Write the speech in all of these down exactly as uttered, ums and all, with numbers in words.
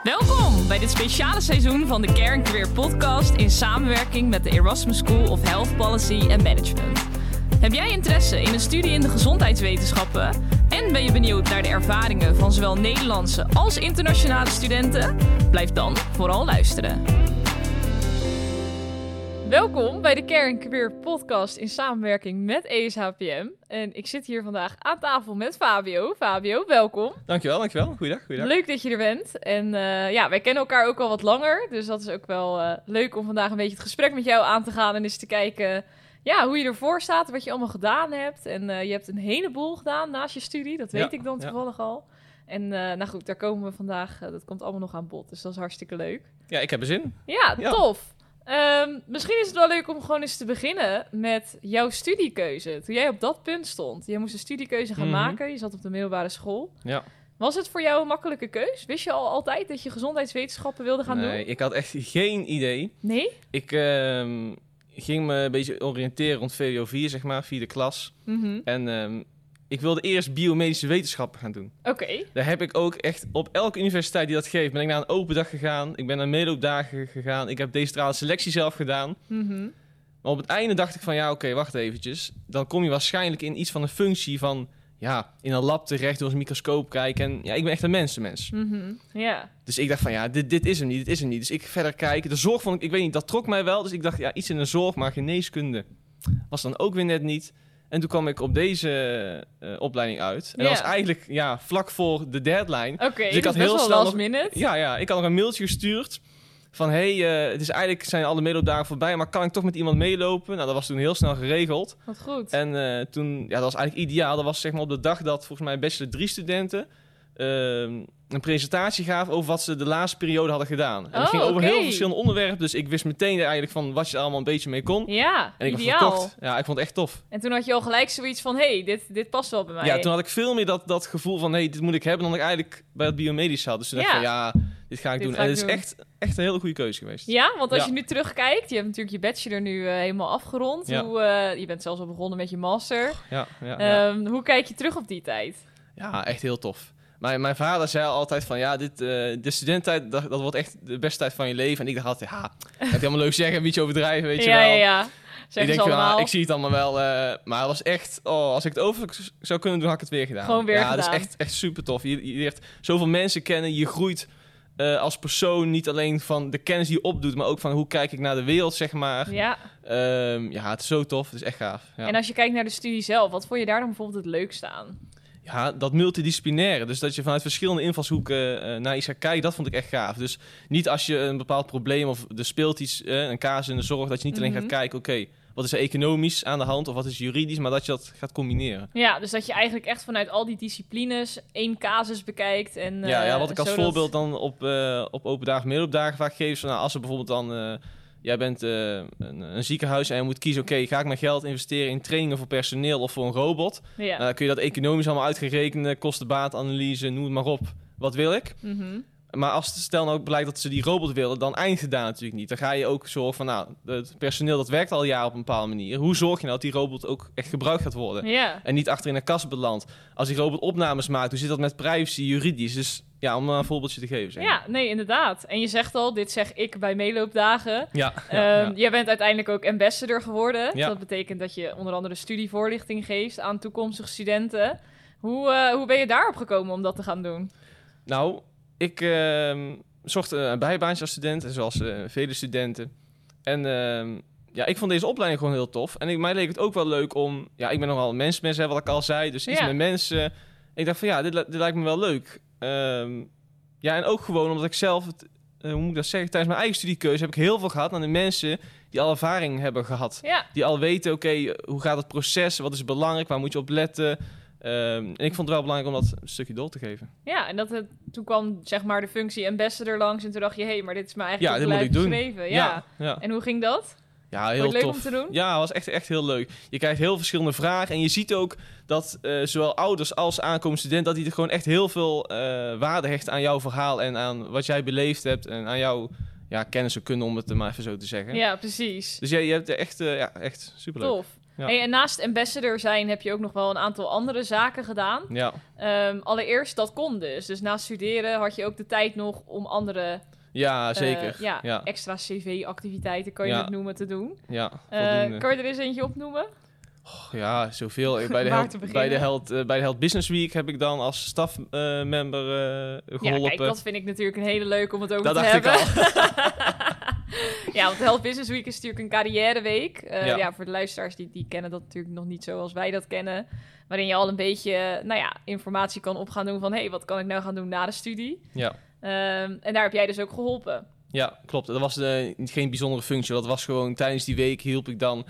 Welkom bij dit speciale seizoen van de Care and Career podcast in samenwerking met de Erasmus School of Health Policy and Management. Heb jij interesse in een studie in de gezondheidswetenschappen en ben je benieuwd naar de ervaringen van zowel Nederlandse als internationale studenten? Blijf dan vooral luisteren. Welkom bij de Care and Career podcast in samenwerking met E S H P M. En ik zit hier vandaag aan tafel met Fabio. Fabio, welkom. Dankjewel, dankjewel. Goeiedag, goeiedag. Leuk dat je er bent. En uh, ja, wij kennen elkaar ook al wat langer. Dus dat is ook wel uh, leuk om vandaag een beetje het gesprek met jou aan te gaan. En eens te kijken ja, hoe je ervoor staat, wat je allemaal gedaan hebt. En uh, je hebt een heleboel gedaan naast je studie. Dat weet ja, ik dan toevallig ja. al. En uh, nou goed, daar komen we vandaag. Uh, dat komt allemaal nog aan bod. Dus dat is hartstikke leuk. Ja, ik heb er zin. Ja, ja. Tof. Um, misschien is het wel leuk om gewoon eens te beginnen met jouw studiekeuze. Toen jij op dat punt stond, jij moest een studiekeuze gaan mm-hmm. maken. Je zat op de middelbare school. Ja. Was het voor jou een makkelijke keus? Wist je al altijd dat je gezondheidswetenschappen wilde gaan nee, doen? Nee, ik had echt geen idee. Nee? Ik uh, ging me een beetje oriënteren rond V W O vier, zeg maar, vierde klas. Mm-hmm. En um, ik wilde eerst biomedische wetenschappen gaan doen. Oké. Okay. Daar heb ik ook echt op elke universiteit die dat geeft, ben ik naar een open dag gegaan. Ik ben naar meeloopdagen gegaan. Ik heb decentrale selectie zelf gedaan. Mm-hmm. Maar op het einde dacht ik van, ja, oké, okay, wacht eventjes. Dan kom je waarschijnlijk in iets van een functie van, ja, in een lab terecht, door een microscoop kijken. En ja, ik ben echt een mensenmens. Mm-hmm. Yeah. Dus ik dacht van, ja, dit, dit is hem niet, dit is hem niet. Dus ik verder kijken. De zorg vond ik, ik weet niet, dat trok mij wel. Dus ik dacht, ja, iets in de zorg, maar geneeskunde was dan ook weer net niet. En toen kwam ik op deze uh, opleiding uit. En yeah. dat was eigenlijk ja, vlak voor de deadline. Oké, okay, dus ik had heel snel last nog, minute. Ja, ja, ik had nog een mailtje gestuurd. Van, hé, hey, uh, het is eigenlijk zijn alle meeloopdagen voorbij, maar kan ik toch met iemand meelopen? Nou, dat was toen heel snel geregeld. Wat goed. En uh, toen, ja, dat was eigenlijk ideaal. Dat was zeg maar op de dag dat volgens mij bachelor drie studenten uh, een presentatie gaven over wat ze de laatste periode hadden gedaan. En oh, dat ging over okay. heel verschillende onderwerpen. Dus ik wist meteen eigenlijk van wat je er allemaal een beetje mee kon. Ja, en ik ideaal. was verkocht. Ja, ik vond het echt tof. En toen had je al gelijk zoiets van, hé, hey, dit, dit past wel bij mij. Ja, toen had ik veel meer dat, dat gevoel van, hé, hey, dit moet ik hebben, dan ik eigenlijk bij het biomedisch had. Dus toen dacht ik ja. van, ja, dit ga ik dit doen. Ga en ik het doen. is echt, echt een hele goede keuze geweest. Ja, want als ja. je nu terugkijkt, je hebt natuurlijk je bachelor nu uh, helemaal afgerond. Ja. Hoe, uh, je bent zelfs al begonnen met je master. Ja, ja, ja. Um, hoe kijk je terug op die tijd? Ja, echt heel tof. Mijn, mijn vader zei altijd van, ja, dit, uh, de studententijd, dat, dat wordt echt de beste tijd van je leven. En ik dacht altijd, ja, dat kan je helemaal leuk zeggen, een beetje overdrijven, weet je ja, wel. Ja, ja, zeg ik denk, allemaal. Ja, ik zie het allemaal wel. Uh, maar het was echt, oh, als ik het over zou kunnen doen, had ik het weer gedaan. Gewoon weer ja, gedaan. Ja, dat is echt, echt super tof. Je, je leert zoveel mensen kennen, je groeit uh, als persoon, niet alleen van de kennis die je opdoet, maar ook van hoe kijk ik naar de wereld, zeg maar. Ja. Um, ja, het is zo tof, het is echt gaaf. Ja. En als je kijkt naar de studie zelf, wat vond je daar dan bijvoorbeeld het leukste aan? Ja, dat multidisciplinaire. Dus dat je vanuit verschillende invalshoeken uh, naar iets gaat kijken, dat vond ik echt gaaf. Dus niet als je een bepaald probleem of er speelt iets, uh, een casus in de zorg, dat je niet alleen mm-hmm. gaat kijken, oké, okay, wat is er economisch aan de hand of wat is juridisch, maar dat je dat gaat combineren. Ja, dus dat je eigenlijk echt vanuit al die disciplines één casus bekijkt. En, uh, ja, ja, wat ik als zodat... voorbeeld dan op, uh, op open dagen, middelopdagen vaak geef. Zo, nou, als er bijvoorbeeld dan... Uh, Jij bent uh, een, een ziekenhuis en je moet kiezen, oké, okay, ga ik mijn geld investeren in trainingen voor personeel of voor een robot? Ja. Nou, dan kun je dat economisch allemaal uit gaan rekenen, kosten-baatanalyse, noem het maar op. Wat wil ik? Mm-hmm. Maar als stel nou blijkt dat ze die robot willen, dan eindigt het daar natuurlijk niet. Dan ga je ook zorgen van, nou, het personeel dat werkt al jaren op een bepaalde manier. Hoe zorg je nou dat die robot ook echt gebruikt gaat worden? Ja. En niet achter in een kast belandt. Als die robot opnames maakt, hoe zit dat met privacy, juridisch? Dus ja, om een voorbeeldje te geven. Zeg. Ja, nee, inderdaad. En je zegt al, dit zeg ik bij meeloopdagen. Ja, ja, um, ja. Jij bent uiteindelijk ook ambassador geworden. Ja. Dat betekent dat je onder andere studievoorlichting geeft aan toekomstige studenten. Hoe, uh, hoe ben je daarop gekomen om dat te gaan doen? Nou, ik uh, zocht uh, een bijbaantje als student, zoals uh, vele studenten. En uh, ja, ik vond deze opleiding gewoon heel tof. En ik, mij leek het ook wel leuk om... Ja, ik ben nogal een mensmens, wat ik al zei. Dus iets ja. met mensen. Ik dacht van ja, dit, dit lijkt me wel leuk. Um, ja, en ook gewoon omdat ik zelf... Het, uh, hoe moet ik dat zeggen? Tijdens mijn eigen studiekeuze heb ik heel veel gehad aan de mensen die al ervaring hebben gehad. Ja. Die al weten, oké, okay, hoe gaat het proces? Wat is belangrijk? Waar moet je op letten? Um, en ik vond het wel belangrijk om dat een stukje door te geven. Ja, en dat het, toen kwam zeg maar de functie ambassador langs en toen dacht je, hé, hey, maar dit is me eigenlijk ja, ook dit moet ik doen. geschreven. Ja. Ja, ja. En hoe ging dat? Ja, heel Vond je het tof. leuk om te doen? Ja, het was echt, echt heel leuk. Je krijgt heel verschillende vragen en je ziet ook dat uh, zowel ouders als aankomende studenten, dat die er gewoon echt heel veel uh, waarde hechten aan jouw verhaal en aan wat jij beleefd hebt en aan jouw ja, kennis en kunde, om het maar even zo te zeggen. Ja, precies. Dus ja, je hebt er echt, uh, ja, echt superleuk. Tof. Ja. Hey, en naast ambassador zijn heb je ook nog wel een aantal andere zaken gedaan. Ja, Um, allereerst, dat kon dus. Dus na studeren had je ook de tijd nog om andere ja zeker. uh, ja, ja. extra C V-activiteiten, kan je Ja. het noemen, te doen. Ja, Uh, voldoende. kan je er eens eentje opnoemen? Oh, ja, zoveel. Bij de, Waar Held, te beginnen? bij, de Held, uh, bij de Held Business Week heb ik dan als stafmember uh, geholpen. Ja, kijk, dat vind ik natuurlijk een hele leuk om het over dat te dacht hebben. Ik al. Ja, want de Held Business Week is natuurlijk een carrièreweek. Uh, ja. Ja. ja, voor de luisteraars, die, die kennen dat natuurlijk nog niet zoals wij dat kennen. Waarin je al een beetje, nou ja, informatie kan op gaan doen van... hé, hey, wat kan ik nou gaan doen na de studie? Ja. Um, en daar heb jij dus ook geholpen. Ja, klopt. Dat was de, geen bijzondere functie. Dat was gewoon tijdens die week hielp ik dan...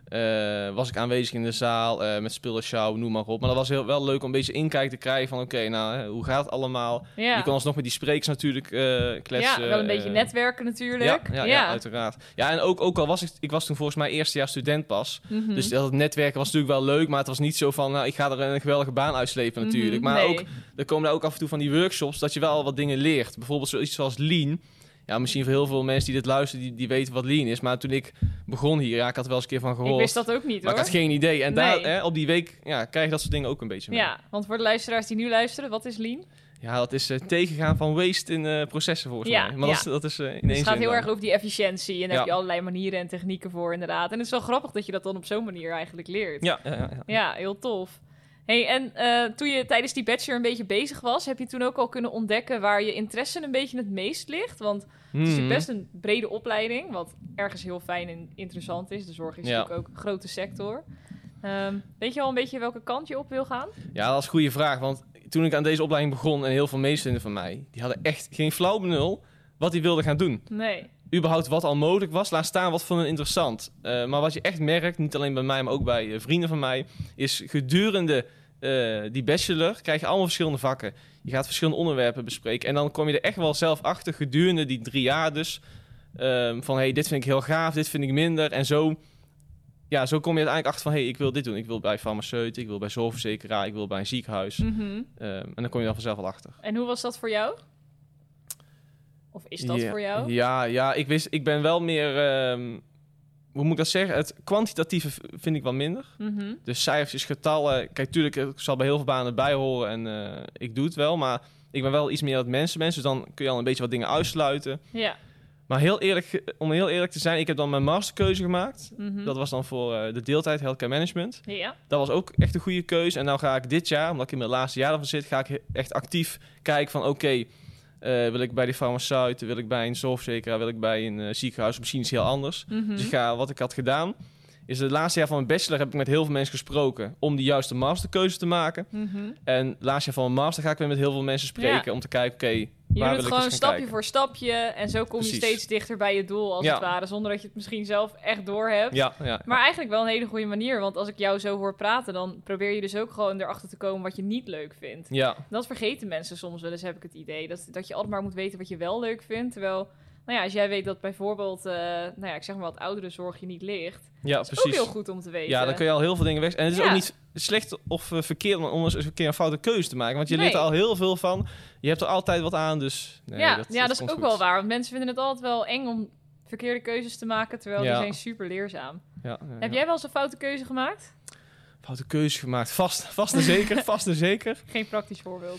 Uh, was ik aanwezig in de zaal uh, met spullen, show, noem maar op. Maar dat was heel, wel leuk om een beetje inkijk te krijgen van... oké, okay, nou, hè, hoe gaat het allemaal? Ja. Je kon alsnog met die sprekers natuurlijk uh, kletsen. Ja, wel een beetje uh, netwerken natuurlijk. Ja, ja, ja. ja uiteraard. Ja, en ook, ook al was ik... Ik was toen volgens mij eerstejaars student pas. Mm-hmm. Dus dat netwerken was natuurlijk wel leuk... maar het was niet zo van... nou, ik ga er een geweldige baan uitslepen natuurlijk. Mm-hmm, maar nee. ook, er komen daar ook af en toe van die workshops... dat je wel wat dingen leert. Bijvoorbeeld zoiets zoals Lean... Ja, misschien voor heel veel mensen die dit luisteren, die, die weten wat Lean is. Maar toen ik begon hier, ja, ik had er wel eens een keer van gehoord. Ik wist dat ook niet, hoor. Maar ik had geen idee. En daar, nee. hè, op die week ja, krijg je dat soort dingen ook een beetje mee. Ja, want voor de luisteraars die nu luisteren, wat is Lean? Ja, dat is uh, tegengaan van waste in uh, processen volgens ja, mij. Maar ja. dat is, dat is uh, in dus één het gaat zin heel dan. erg over die efficiëntie. En daar ja. heb je allerlei manieren en technieken voor, inderdaad. En het is wel grappig dat je dat dan op zo'n manier eigenlijk leert. Ja, ja, ja, ja. ja heel tof. Hey, en uh, toen je tijdens die bachelor een beetje bezig was... heb je toen ook al kunnen ontdekken waar je interesse een beetje het meest ligt? Want Hmm. het is natuurlijk best een brede opleiding... wat ergens heel fijn en interessant is. De zorg is ja. natuurlijk ook een grote sector. Um, weet je al een beetje welke kant je op wil gaan? Ja, dat is een goede vraag. Want toen ik aan deze opleiding begon... en heel veel meesten van mij... die hadden echt geen flauw benul wat die wilden gaan doen. Nee. Überhaupt wat al mogelijk was, laat staan wat voor hen interessant. Uh, maar wat je echt merkt, niet alleen bij mij, maar ook bij uh, vrienden van mij... is gedurende... Uh, die bachelor krijg je allemaal verschillende vakken. Je gaat verschillende onderwerpen bespreken. En dan kom je er echt wel zelf achter gedurende die drie jaar dus. Um, van, hey, dit vind ik heel gaaf, dit vind ik minder. En zo, ja, zo kom je uiteindelijk achter van... hey, ik wil dit doen. Ik wil bij farmaceut, ik wil bij zorgverzekeraar... ik wil bij een ziekenhuis. Mm-hmm. Um, en dan kom je dan vanzelf al achter. En hoe was dat voor jou? Of is dat ja, voor jou? Ja, ja ik, wist, ik ben wel meer... Um, hoe moet ik dat zeggen? Het kwantitatieve vind ik wel minder. Mm-hmm. Dus cijfertjes, getallen. Kijk, tuurlijk, ik zal bij heel veel banen bij horen en uh, ik doe het wel. Maar ik ben wel iets meer het mensenmens. Dus dan kun je al een beetje wat dingen uitsluiten. Ja. Maar heel eerlijk, om heel eerlijk te zijn, ik heb dan mijn masterkeuze gemaakt. Mm-hmm. Dat was dan voor uh, de deeltijd Healthcare Management. Ja. Dat was ook echt een goede keuze. En nou ga ik dit jaar, omdat ik in mijn laatste jaar ervan zit, ga ik echt actief kijken van oké... Okay, Uh, wil ik bij die farmaceut, wil ik bij een zorgverzekeraar, wil ik bij een uh, ziekenhuis, misschien iets heel anders. Mm-hmm. Dus ik ga, wat ik had gedaan, is het laatste jaar van mijn bachelor heb ik met heel veel mensen gesproken om die juiste masterkeuze te maken. Mm-hmm. En het laatste jaar van mijn master ga ik weer met heel veel mensen spreken ja. om te kijken, oké, okay, je waar doet wil het ik gewoon eens stapje kijken. voor stapje en zo kom Precies. je steeds dichter bij je doel als ja. het ware, zonder dat je het misschien zelf echt door hebt. Ja, ja, maar eigenlijk wel een hele goede manier, want als ik jou zo hoor praten, dan probeer je dus ook gewoon erachter te komen wat je niet leuk vindt. Ja. Dat vergeten mensen soms wel eens, heb ik het idee, dat, dat je altijd maar moet weten wat je wel leuk vindt, terwijl... Nou ja, als jij weet dat bijvoorbeeld, uh, nou ja, ik zeg maar wat ouderenzorg je niet ligt. Ja, dat is precies. ook heel goed om te weten. Ja, dan kun je al heel veel dingen weg. En het is ja. ook niet slecht of uh, verkeerd om eens een keer een foute keuze te maken. Want je nee. leert er al heel veel van. Je hebt er altijd wat aan, dus... Nee, ja, dat, ja, dat, dat is ook goed. wel waar. Want mensen vinden het altijd wel eng om verkeerde keuzes te maken, terwijl ja. die zijn super leerzaam. Ja, ja, Heb ja. jij wel eens een foute keuze gemaakt? Foute keuze gemaakt. Vast, vast en zeker, vast en zeker. Geen praktisch voorbeeld.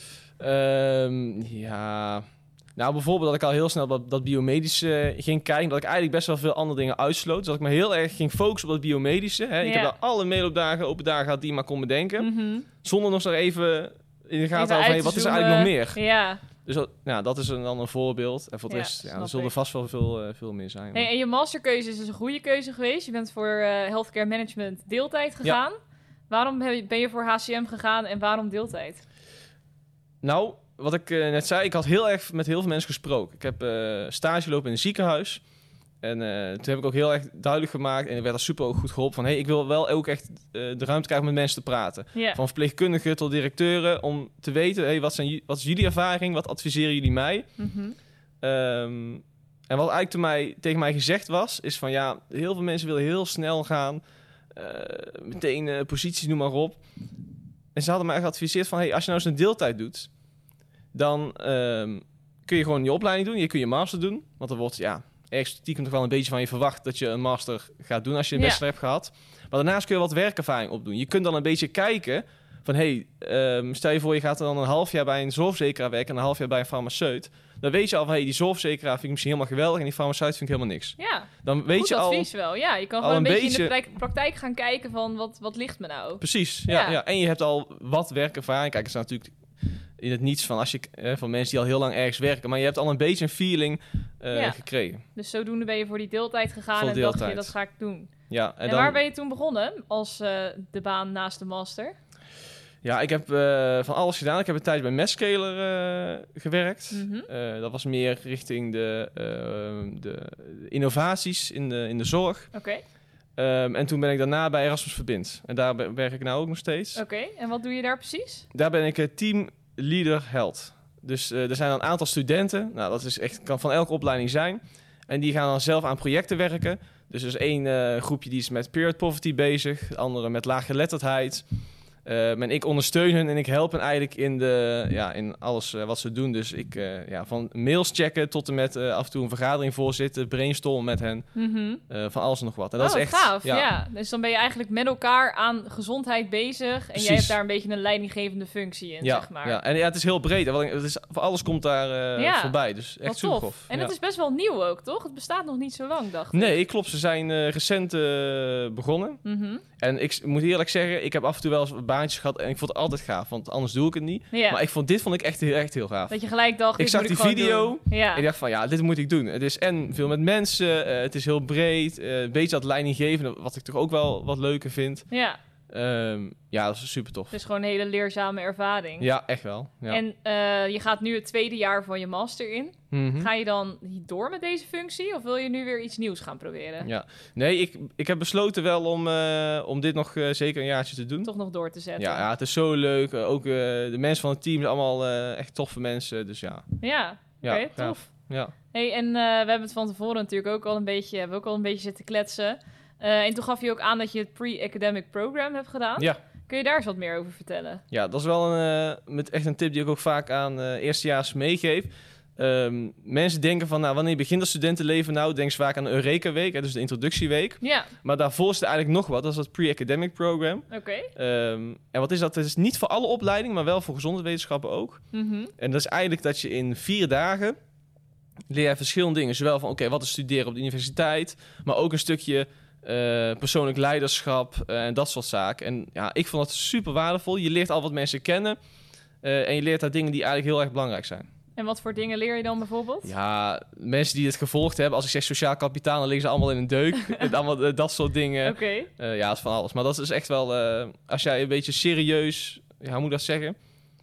Um, ja... Nou, bijvoorbeeld dat ik al heel snel dat, dat biomedische ging kijken. Dat ik eigenlijk best wel veel andere dingen uitsloot. Dus dat ik me heel erg ging focussen op dat biomedische. Hè. Ik ja. heb daar alle mailopdagen, open dagen gehad die je maar kon bedenken. Mm-hmm. Zonder nog zo even in de gaten houden van, hey, wat is er zoomen. eigenlijk nog meer? Ja. Dus dat, nou, dat is een, dan een voorbeeld. En voor het Ja, rest, ja, snap er zullen er ik. vast wel veel, uh, veel meer zijn. Hey, en je masterkeuze is dus een goede keuze geweest. Je bent voor uh, Healthcare Management deeltijd gegaan. Ja. Waarom ben je voor H C M gegaan en waarom deeltijd? Nou... Wat ik uh, net zei, ik had heel erg met heel veel mensen gesproken. Ik heb uh, stage gelopen in een ziekenhuis. En uh, toen heb ik ook heel erg duidelijk gemaakt... en ik werd er super goed geholpen van... hey, ik wil wel ook echt uh, de ruimte krijgen om met mensen te praten. Yeah. Van verpleegkundigen tot directeuren... om te weten, hey, wat, zijn, wat is jullie ervaring? Wat adviseren jullie mij? Mm-hmm. Um, en wat eigenlijk te mij, tegen mij gezegd was... is van ja, heel veel mensen willen heel snel gaan... Uh, meteen uh, posities, noem maar op. En ze hadden mij geadviseerd van... hey, als je nou eens een deeltijd doet... dan um, kun je gewoon je opleiding doen. Je kun je master doen. Want er wordt, ja, ergens stiekem toch wel een beetje van je verwacht dat je een master gaat doen als je een Ja. bachelor hebt gehad. Maar daarnaast kun je wat werkervaring opdoen. Je kunt dan een beetje kijken van, hé, hey, um, stel je voor je gaat dan een half jaar bij een zorgverzekeraar werken en een half jaar bij een farmaceut. Dan weet je al van, hé, hey, die zorgverzekeraar vind ik misschien helemaal geweldig en die farmaceut vind ik helemaal niks. Ja, Dan weet goed je al... advies wel. Ja, je kan al gewoon een een beetje, in de beetje- prakt- praktijk gaan kijken van wat, wat ligt me nou. Precies, ja, Ja. ja. En je hebt al wat werkervaring. Kijk, het is natuurlijk in het niets van, als je, eh, van mensen die al heel lang ergens werken. Maar je hebt al een beetje een feeling eh, Ja. gekregen. Dus zodoende ben je voor die deeltijd gegaan Voor en dacht je, deeltijd. dat ga ik doen. Ja, En, dan, waar ben je toen begonnen als eh, de baan naast de master? Ja, ik heb eh, van alles gedaan. Ik heb een tijd bij Mescaler eh gewerkt. Mhm. Eh, dat was meer richting de, eh, de innovaties in de, in de zorg. Oké, Ehm, en toen ben ik daarna bij Erasmus Verbind. En daar be- werk ik nou ook nog steeds. oké. En wat doe je daar precies? Daar ben ik eh, teamleader held. Dus eh, er zijn een aantal studenten. Nou, dat is echt, kan van elke opleiding zijn. En die gaan dan zelf aan projecten werken. Dus er is één eh, groepje die is met period poverty bezig. De andere met laaggeletterdheid. Um, en ik ondersteun hen en ik help hen eigenlijk in, de, ja, in alles uh, wat ze doen. Dus ik uh, ja, van mails checken tot en met uh, af en toe een vergadering voorzitten, brainstormen met hen, Mhm. uh, van alles en nog wat. En dat oh, is echt gaaf. Ja. Ja, Dus dan ben je eigenlijk met elkaar aan gezondheid bezig. En Precies. jij hebt daar een beetje een leidinggevende functie in, ja, zeg maar. ja. En ja, het is heel breed. Hè, want het is, voor alles komt daar uh, Ja. voorbij. Dus echt Wat super tof. tof. En ja. het is best wel nieuw ook, toch? Het bestaat nog niet zo lang, dacht ik. Nee, klopt. Ze zijn uh, recent uh, begonnen. Mhm. En ik moet eerlijk zeggen, ik heb af en toe wel eens baantjes gehad en ik vond het altijd gaaf, want anders doe ik het niet. Ja. Maar ik vond, dit vond ik echt, echt heel gaaf. Dat je gelijk dacht, Ik dit zag moet die gewoon video. doen. Ja. Ik dacht van, ja, dit moet ik doen. Het is en veel met mensen, uh, het is heel breed, uh, een beetje dat leidinggevende, wat ik toch ook wel wat leuker vind. ja, Um, ja, dat is super tof. het is gewoon een hele leerzame ervaring. Ja, echt wel. Ja. En uh, je gaat nu het tweede jaar van je master in. Mhm. Ga je dan door met deze functie? Of wil je nu weer iets nieuws gaan proberen? Ja. Nee, ik, ik heb besloten wel om, uh, om dit nog uh, zeker een jaartje te doen. Toch nog door te zetten? Ja, ja, het is zo leuk. Uh, ook uh, de mensen van het team zijn allemaal uh, echt toffe mensen. Dus ja. Ja, Ja, oké, gaaf. tof. Ja. Hey, en uh, we hebben het van tevoren natuurlijk ook al een beetje, hebben we ook al een beetje zitten kletsen. Uh, en toen gaf je ook aan dat je het pre-academic program hebt gedaan. Ja. Kun je daar eens wat meer over vertellen? Ja, dat is wel een, uh, met echt een tip die ik ook vaak aan uh, eerstejaars meegeef. Um, mensen denken van, nou, wanneer begint dat studentenleven nou? Denken ze vaak aan de Eureka-week, hè, dus de introductieweek. Ja, Maar daarvoor is er eigenlijk nog wat. Dat is het pre-academic program. oké. Um, en wat is dat? Het is niet voor alle opleidingen, maar wel voor gezondheidswetenschappen ook. Mhm. En dat is eigenlijk dat je in vier dagen leer je verschillende dingen. Zowel van, oké, okay, wat is studeren op de universiteit, maar ook een stukje uh, persoonlijk leiderschap uh, en dat soort zaken. En ja, ik vond dat super waardevol. Je leert al wat mensen kennen uh, en je leert daar dingen die eigenlijk heel erg belangrijk zijn. En wat voor dingen leer je dan bijvoorbeeld? Ja, mensen die het gevolgd hebben, als ik zeg sociaal kapitaal, dan liggen ze allemaal in een deuk. En allemaal uh, dat soort dingen. Oké. Uh, ja, dat is van alles. Maar dat is echt wel, uh, als jij een beetje serieus, ja, hoe moet ik dat zeggen?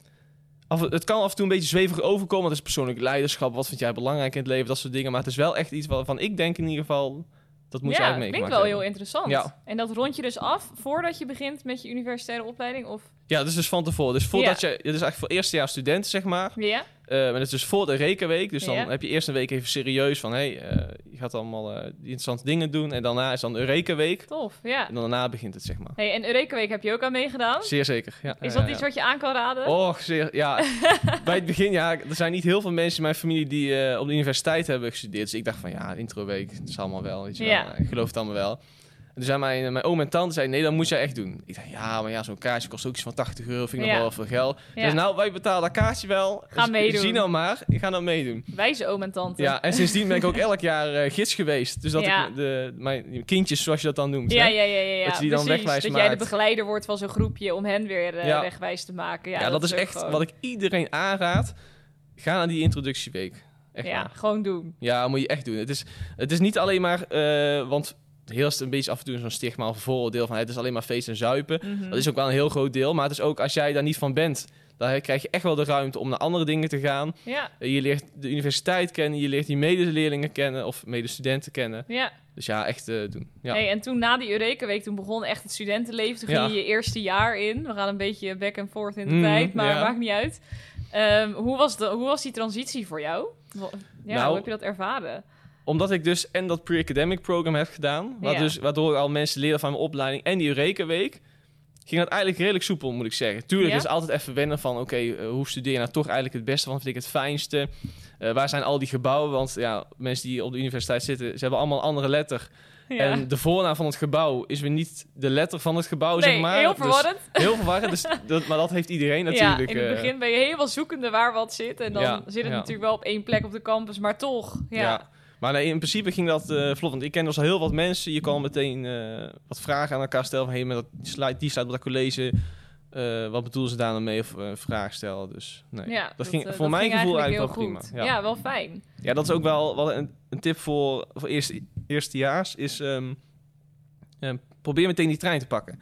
Af, het kan af en toe een beetje zweverig overkomen. Het is persoonlijk leiderschap. Wat vind jij belangrijk in het leven? Dat soort dingen. Maar het is wel echt iets waarvan ik denk in ieder geval, dat moet je Ja, eigenlijk klinkt meegemaakt wel hebben. heel interessant. Ja. En dat rond je dus af voordat je begint met je universitaire opleiding? Of... Ja, dat is dus van tevoren. Dus voordat Ja. je, dit is eigenlijk voor eerstejaars studenten, zeg maar. Ja? Uh, maar dat is dus voor de rekenweek. Dus dan Ja. heb je eerst een week even serieus van, hé, hey, uh, je gaat allemaal uh, die interessante dingen doen. En daarna is dan de Eureka-week. Tof, ja. En dan daarna begint het, zeg maar. Hey, en Eureka Week heb je ook aan meegedaan? Zeer zeker, ja. Is Ja, dat ja, iets ja. wat je aan kan raden? Och, zeer, ja. Bij het begin, ja, er zijn niet heel veel mensen in mijn familie die uh, op de universiteit hebben gestudeerd. Dus ik dacht van, ja, introweek, dat is allemaal wel, weet je Ja. wel. Ik geloof het allemaal wel. En toen zei mijn, mijn oom en tante, zei, nee, dat moet jij echt doen. Ik dacht, ja, maar ja, zo'n kaartje kost ook iets van tachtig euro, vind ik Ja. nog wel veel geld. Ja. Dus nou, wij betalen dat kaartje wel. Ga Dus meedoen. Zie nou maar, ik ga nou meedoen. Wijze oom en tante. Ja, en sindsdien ben ik ook elk jaar uh, gids geweest. Dus dat Ja. ik de, mijn kindjes, zoals je dat dan noemt. Ja, hè? ja, ja, ja, ja. Dat je die dan Precies. wegwijs Dat jij de maakt. begeleider wordt van zo'n groepje om hen weer uh, Ja. wegwijs te maken. Ja, Ja, dat, is ook echt gewoon- wat ik iedereen aanraad. Ga naar die introductieweek. Echt Ja, waar. gewoon doen. Ja, moet je echt doen. Het is, het is niet alleen maar, uh, want heerst een beetje af en toe zo'n stigma of vooroordeel van het is alleen maar feest en zuipen. Mhm. Dat is ook wel een heel groot deel. Maar het is ook als jij daar niet van bent, dan krijg je echt wel de ruimte om naar andere dingen te gaan. Ja, Uh, je leert de universiteit kennen, je leert die medeleerlingen kennen of medestudenten kennen. ja. Dus ja, echt uh, doen. Ja. Hey, en toen na die Eureka Week, toen begon echt het studentenleven. Toen Ja. ging je je eerste jaar in. We gaan een beetje back and forth in de Mm, tijd, maar ja. maakt niet uit. Um, hoe, was de, hoe was die transitie voor jou? Wa- Ja, Nou, hoe heb je dat ervaren? Omdat ik dus en dat pre-academic program heb gedaan, waar Ja. dus, waardoor ik al mensen leren van mijn opleiding en die Eureka-week, ging dat eigenlijk redelijk soepel, moet ik zeggen. Tuurlijk Ja? is het altijd even wennen van... oké, okay, uh, hoe studeer je nou toch eigenlijk het beste van? Vind ik het fijnste? Uh, waar zijn al die gebouwen? Want ja, mensen die op de universiteit zitten... ze hebben allemaal een andere letter. Ja. En de voornaam van het gebouw is weer niet de letter van het gebouw, nee, zeg maar. heel verwarrend. Dus, heel verwarrend, dus dat, maar dat heeft iedereen natuurlijk. Ja, in het begin ben je helemaal zoekende waar wat zit. En dan ja, zit het ja. natuurlijk wel op één plek op de campus, maar toch. Ja. ja. Maar nee, in principe ging dat uh, vlot. Want ik ken dus al heel wat mensen. Je kan meteen uh, wat vragen aan elkaar stellen. Van, hey, met dat, die slide, die slide met dat college... Uh, wat bedoelen ze daar dan mee? Of uh, vragen stellen. Dus nee, ja, dat, dat ging uh, voor dat mijn ging gevoel eigenlijk, eigenlijk wel heel prima. goed. Ja. Ja, wel fijn. Ja, dat is ook wel, wel een, een tip voor, voor eerste, eerstejaars. Is um, um, probeer meteen die trein te pakken.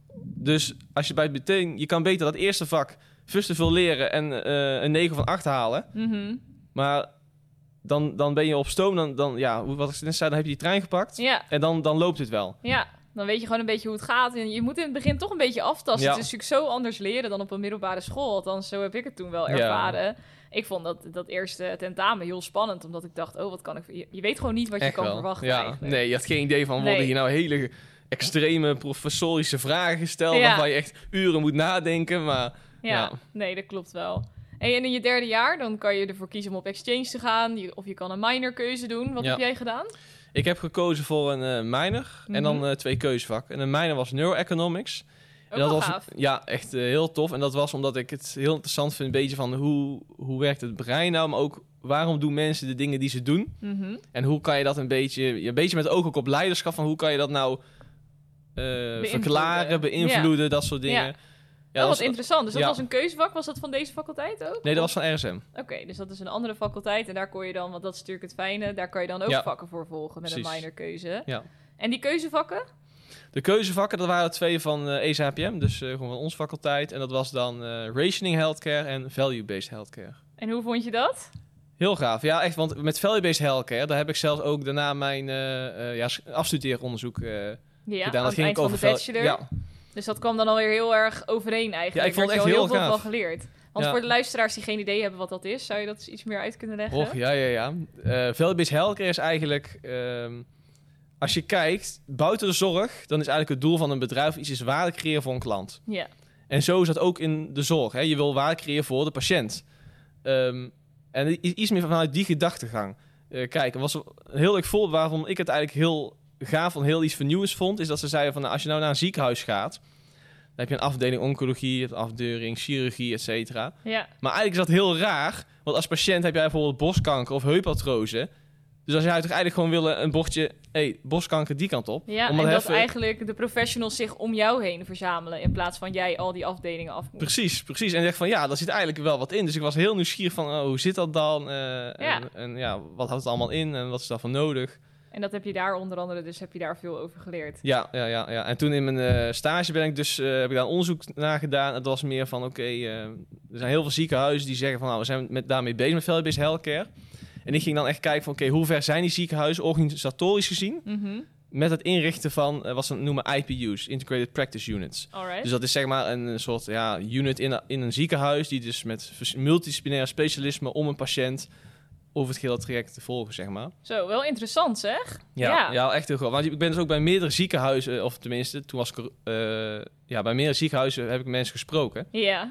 Dus als je bij meteen... Je kan beter dat eerste vak first te veel leren en uh, een negen van acht halen. Mm-hmm. Maar dan, dan ben je op stoom. Dan, dan, ja, wat ik net zei, dan heb je die trein gepakt. Ja. En dan, dan loopt het wel. Ja, dan weet je gewoon een beetje hoe het gaat. En je moet in het begin toch een beetje aftasten. Ja. Het is natuurlijk zo anders leren dan op een middelbare school. Althans, zo heb ik het toen wel ervaren. Ja. Ik vond dat, dat eerste tentamen heel spannend. Omdat ik dacht, oh, wat kan ik... Je, je weet gewoon niet wat je Echt kan wel. verwachten Ja. eigenlijk. Nee, je had geen idee van... worden Nee. hier nou hele extreme professorische vragen gesteld... Ja. waarvan je echt uren moet nadenken, maar... Ja, Ja. nee, dat klopt wel. En in je derde jaar, dan kan je ervoor kiezen om op exchange te gaan. Je, of je kan een minor keuze doen. Wat Ja. heb jij gedaan? Ik heb gekozen voor een uh, minor Mhm. en dan uh, twee keuzevakken. En een minor was neuroeconomics. Ook En dat wel was gaaf. ja, echt uh, heel tof. En dat was omdat ik het heel interessant vind, een beetje van hoe, hoe werkt het brein nou, maar ook waarom doen mensen de dingen die ze doen? Mhm. En hoe kan je dat een beetje, een beetje met oog ook op leiderschap, van hoe kan je dat nou uh, verklaren, beïnvloeden, Ja. dat soort dingen. Ja. Ja, Oh, dat wat was- interessant. Dus dat ja. was een keuzevak. Was dat van deze faculteit ook? Nee, dat was van R S M. Oké, dus dat is een andere faculteit. En daar kon je dan, want dat is natuurlijk het fijne, daar kan je dan ook Ja. vakken voor volgen met Precies. een minor keuze. Ja. En die keuzevakken? De keuzevakken, dat waren twee van uh, E S A P M, dus uh, gewoon van onze faculteit. En dat was dan uh, Rationing Healthcare en Value-Based Healthcare. En hoe vond je dat? Heel gaaf, ja echt, want met Value-Based Healthcare, daar heb ik zelfs ook daarna mijn uh, uh, ja, afstudeeronderzoek uh, Ja, gedaan. aan Dat het ging eind ook van over de val- bachelor. Ja, Dus dat kwam dan alweer heel erg overeen eigenlijk. Ja, ik vond Daar het heb je echt al heel heel veel gaaf. van geleerd. Want Ja. voor de luisteraars die geen idee hebben wat dat is, zou je dat eens iets meer uit kunnen leggen? och, ja, ja, ja. Uh, Value-Based Healthcare is eigenlijk, um, als je kijkt, buiten de zorg, dan is eigenlijk het doel van een bedrijf iets is waarde creëren voor een klant. Ja. En zo is dat ook in de zorg. Hè? Je wil waarde creëren voor de patiënt. Um, en i- iets meer vanuit die gedachtegang. Uh, kijk, er was een heel leuk voorbeeld waarvan ik het eigenlijk heel gaaf van heel iets vernieuwends vond. Is dat ze zeiden van, nou, als je nou naar een ziekenhuis gaat, dan heb je een afdeling oncologie, je hebt een afdeling chirurgie, et cetera. Ja. Maar eigenlijk is dat heel raar. Want als patiënt heb jij bijvoorbeeld borstkanker of heupartrose. Dus als jij toch eigenlijk gewoon willen een bordje, hey, borstkanker die kant op. Ja, Om en dan dat even- eigenlijk de professionals zich om jou heen verzamelen in plaats van jij al die afdelingen af moet. Precies, precies. En ik dacht van, ja, daar zit eigenlijk wel wat in. Dus ik was heel nieuwsgierig van, oh, hoe zit dat dan? Uh, en, en ja, wat houdt het allemaal in en wat is daarvoor nodig? En dat heb je daar onder andere, dus heb je daar veel over geleerd. Ja, ja, ja, ja. En toen in mijn uh, stage ben ik dus, uh, heb ik daar een onderzoek naar gedaan. Het was meer van, oké, okay, uh, er zijn heel veel ziekenhuizen die zeggen van, nou, we zijn met, daarmee bezig met Value-Based Healthcare. En ik ging dan echt kijken van, oké, okay, hoe ver zijn die ziekenhuizen organisatorisch gezien? Mm-hmm. Met het inrichten van, uh, wat ze noemen I P U's, Integrated Practice Units. Alright. Dus dat is zeg maar een soort ja, unit in, in een ziekenhuis, die dus met vers- multidisciplinaire specialisme om een patiënt over het gehele traject te volgen, zeg maar. Zo, wel interessant zeg. Ja, Ja. ja. echt heel groot. Want ik ben dus ook bij meerdere ziekenhuizen, of tenminste, toen was ik, uh, ja, bij meerdere ziekenhuizen heb ik mensen gesproken. Ja.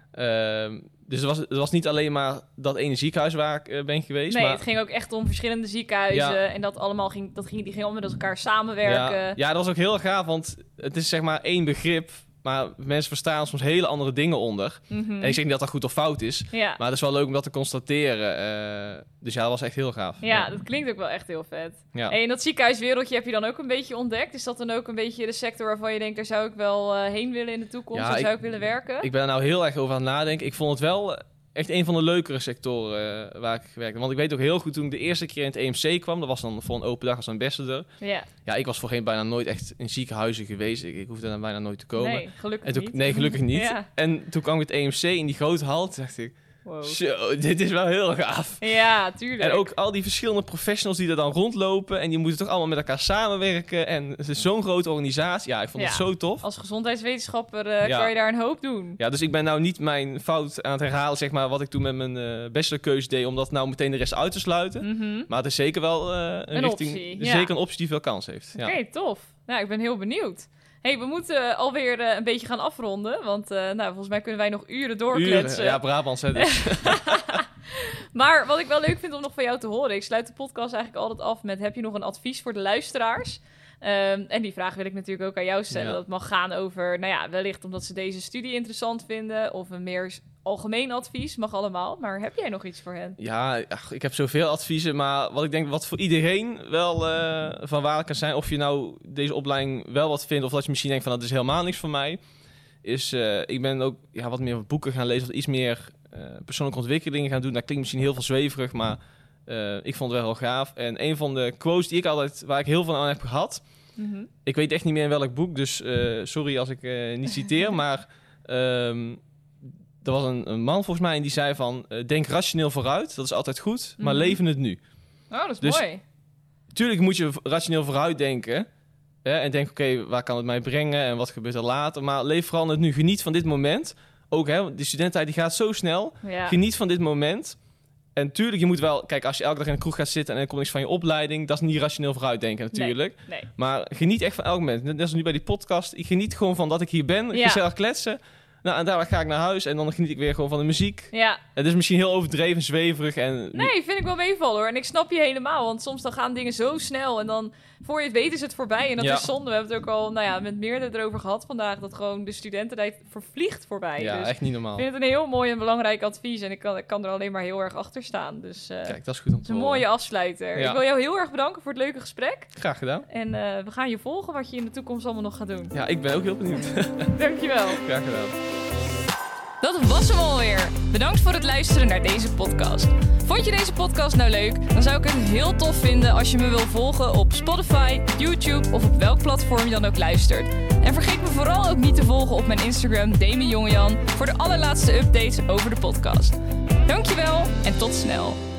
Uh, dus het was, het was niet alleen maar dat ene ziekenhuis waar ik uh, ben geweest. Nee, maar, het ging ook echt om verschillende ziekenhuizen. Ja. En dat allemaal ging, dat ging, die gingen allemaal met elkaar samenwerken. ja, ja, dat was ook heel gaaf, want het is zeg maar één begrip, maar mensen verstaan soms hele andere dingen onder. Mhm. En ik zeg niet dat dat goed of fout is, Ja. maar het is wel leuk om dat te constateren. Uh, dus ja, dat was echt heel gaaf. Ja, dat klinkt ook wel echt heel vet. Ja. En in dat ziekenhuiswereldje heb je dan ook een beetje ontdekt? Is dat dan ook een beetje de sector waarvan je denkt, daar zou ik wel uh, heen willen in de toekomst? Ja, daar ik- zou ik willen werken? Ik ben er nou heel erg over aan het nadenken. Ik vond het wel echt een van de leukere sectoren uh, waar ik gewerkt heb. Want ik weet ook heel goed, toen ik de eerste keer in het E M C kwam, dat was dan voor een open dag als ambassador. Ja. Ja, ik was voorheen bijna nooit echt in ziekenhuizen geweest. Ik, ik hoefde daar bijna nooit te komen. Nee, gelukkig En toen, niet. nee, gelukkig niet. Ja. En toen kwam ik het E M C in die grote hal. Toen dacht ik, Wow. zo, dit is wel heel gaaf. Ja, tuurlijk. En ook al die verschillende professionals die er dan rondlopen. En die moeten toch allemaal met elkaar samenwerken. En het is zo'n grote organisatie. Ja, ik vond het Ja. zo tof. Als gezondheidswetenschapper uh, Ja. kan je daar een hoop doen. Ja, dus ik ben nou niet mijn fout aan het herhalen, zeg maar, wat ik toen met mijn uh, bachelorkeuze deed, om dat nou meteen de rest uit te sluiten. Mhm. Maar het is zeker wel uh, een, Een richting, optie, ja. zeker een optie die veel kans heeft. Ja. Oké, tof. Nou, ik ben heel benieuwd. Hey, we moeten alweer uh, een beetje gaan afronden. Want uh, nou, volgens mij kunnen wij nog uren doorkletsen. Uren, ja, Brabants, hè, dus. Maar wat ik wel leuk vind om nog van jou te horen... ik sluit de podcast eigenlijk altijd af met... heb je nog een advies voor de luisteraars? Um, en die vraag wil ik natuurlijk ook aan jou stellen. Ja. Dat mag gaan over, nou ja, wellicht omdat ze deze studie interessant vinden... of een meer algemeen advies, mag allemaal. Maar heb jij nog iets voor hen? Ja, ach, ik heb zoveel adviezen, maar wat ik denk wat voor iedereen wel uh, van waarde kan zijn... of je nou deze opleiding wel wat vindt... of dat je misschien denkt van dat is helemaal niks voor mij... is, uh, ik ben ook ja, wat meer boeken gaan lezen... of iets meer uh, persoonlijke ontwikkelingen gaan doen. Dat klinkt misschien heel veel zweverig, maar uh, ik vond het wel heel gaaf. En een van de quotes die ik altijd, waar ik heel veel aan heb gehad... Mm-hmm. Ik weet echt niet meer in welk boek, dus uh, sorry als ik uh, niet citeer, maar... Um, er was een, een man volgens mij en die zei van... Uh, denk rationeel vooruit, dat is altijd goed, maar mm-hmm. leven het nu. Oh, dat is dus, mooi. Tuurlijk moet je rationeel vooruit denken... Hè, en denk, oké, okay, waar kan het mij brengen en wat gebeurt er later? Maar leef vooral het nu. Geniet van dit moment. Ook, hè, de studententijd die gaat zo snel. Ja. Geniet van dit moment. En tuurlijk, je moet wel... Kijk, als je elke dag in een kroeg gaat zitten... en er komt niks van je opleiding... dat is niet rationeel vooruitdenken natuurlijk. Nee, nee. Maar geniet echt van elk moment. Net als nu bij die podcast. Ik geniet gewoon van dat ik hier ben. Ja. Gezellig kletsen. Nou, en daar ga ik naar huis en dan geniet ik weer gewoon van de muziek. Ja. Het is misschien heel overdreven, zweverig en... Nee, vind ik wel meevallen hoor. En ik snap je helemaal, want soms dan gaan dingen zo snel en dan voor je het weet is het voorbij. En dat ja. is zonde. We hebben het ook al, nou ja, met meerdere erover gehad vandaag, dat gewoon de studententijd vervliegt voorbij. Ja, dus echt niet normaal. Ik vind het een heel mooi en belangrijk advies en ik kan, ik kan er alleen maar heel erg achter staan. Dus uh, kijk, dat is goed om te een mooie afsluiter. Ja. Ik wil jou heel erg bedanken voor het leuke gesprek. Graag gedaan. En uh, we gaan je volgen wat je in de toekomst allemaal nog gaat doen. Ja, ik ben ook heel benieuwd. Dankjewel. Graag gedaan. Dat was hem alweer. Bedankt voor het luisteren naar deze podcast. Vond je deze podcast nou leuk? Dan zou ik het heel tof vinden als je me wil volgen op Spotify, YouTube of op welk platform je dan ook luistert. En vergeet me vooral ook niet te volgen op mijn Instagram Demi Jongejan voor de allerlaatste updates over de podcast. Dankjewel en tot snel.